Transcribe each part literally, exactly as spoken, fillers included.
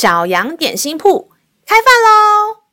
小羊点心铺开饭喽！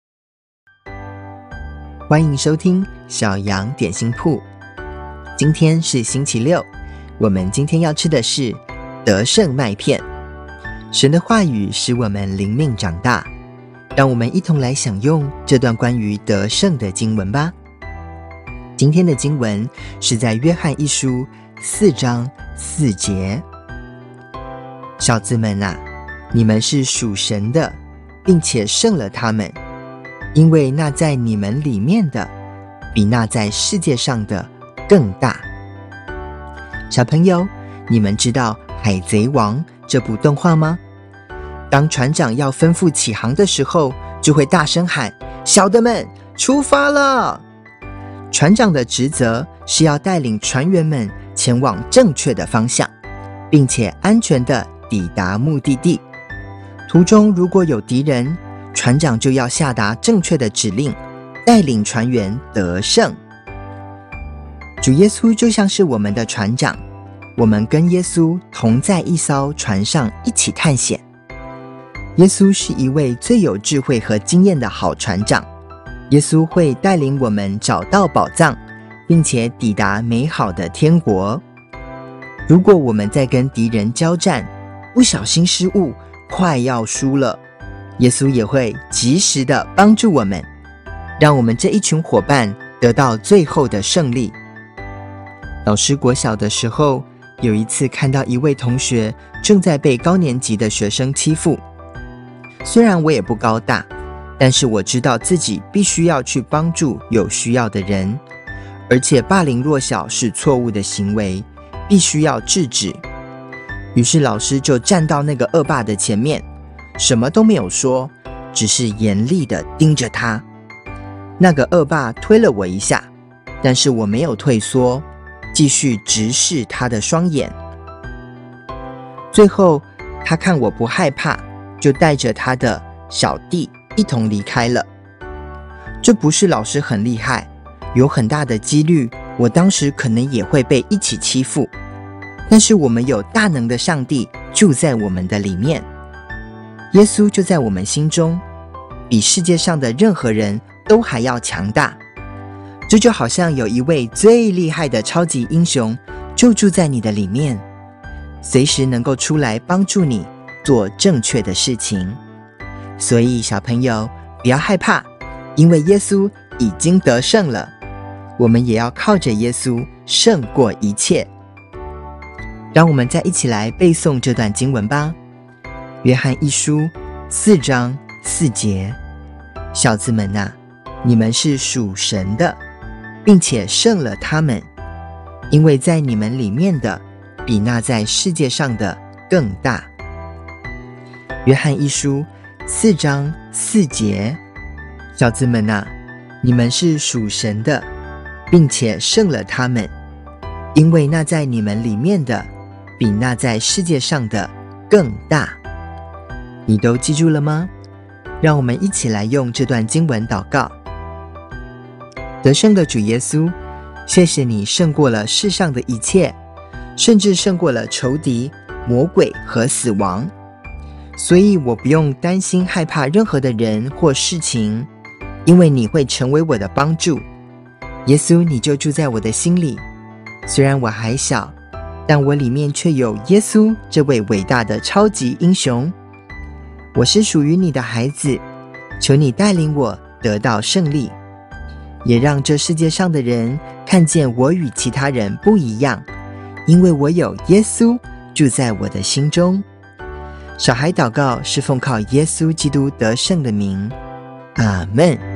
欢迎收听小羊点心铺。今天是星期六，我们今天要吃的是得胜麦片。神的话语使我们灵命长大，让我们一同来享用这段关于得胜的经文吧。今天的经文是在约翰一书四章四节。小子们啊，你们是属神的，并且胜了他们，因为那在你们里面的比那在世界上的更大。小朋友，你们知道海贼王这部动画吗？当船长要吩咐起航的时候，就会大声喊：小的们，出发了！船长的职责是要带领船员们前往正确的方向，并且安全地抵达目的地。途中如果有敌人，船长就要下达正确的指令，带领船员得胜。主耶稣就像是我们的船长，我们跟耶稣同在一艘船上一起探险。耶稣是一位最有智慧和经验的好船长，耶稣会带领我们找到宝藏，并且抵达美好的天国。如果我们在跟敌人交战，不小心失误，快要输了，耶稣也会及时的帮助我们，让我们这一群伙伴得到最后的胜利。老师国小的时候，有一次看到一位同学正在被高年级的学生欺负。虽然我也不高大，但是我知道自己必须要去帮助有需要的人，而且霸凌弱小是错误的行为，必须要制止。于是老师就站到那个恶霸的前面，什么都没有说，只是严厉地盯着他。那个恶霸推了我一下，但是我没有退缩，继续直视他的双眼。最后他看我不害怕，就带着他的小弟一同离开了。这不是老师很厉害，有很大的几率我当时可能也会被一起欺负，但是我们有大能的上帝住在我们的里面，耶稣就在我们心中，比世界上的任何人都还要强大。这就好像有一位最厉害的超级英雄就住在你的里面，随时能够出来帮助你做正确的事情。所以小朋友不要害怕，因为耶稣已经得胜了，我们也要靠着耶稣胜过一切。让我们再一起来背诵这段经文吧。约翰一书四章四节。小子们啊，你们是属神的，并且胜了他们，因为在你们里面的比那在世界上的更大。约翰一书四章四节。小子们啊，你们是属神的，并且胜了他们，因为那在你们里面的比那在世界上的更大。你都记住了吗？让我们一起来用这段经文祷告。得胜的主耶稣，谢谢你胜过了世上的一切，甚至胜过了仇敌、魔鬼和死亡。所以我不用担心害怕任何的人或事情，因为你会成为我的帮助。耶稣，你就住在我的心里，虽然我还小，但我里面却有耶稣这位伟大的超级英雄。我是属于你的孩子，求你带领我得到胜利，也让这世界上的人看见我与其他人不一样，因为我有耶稣住在我的心中。小孩祷告是奉靠耶稣基督得胜的名，阿们。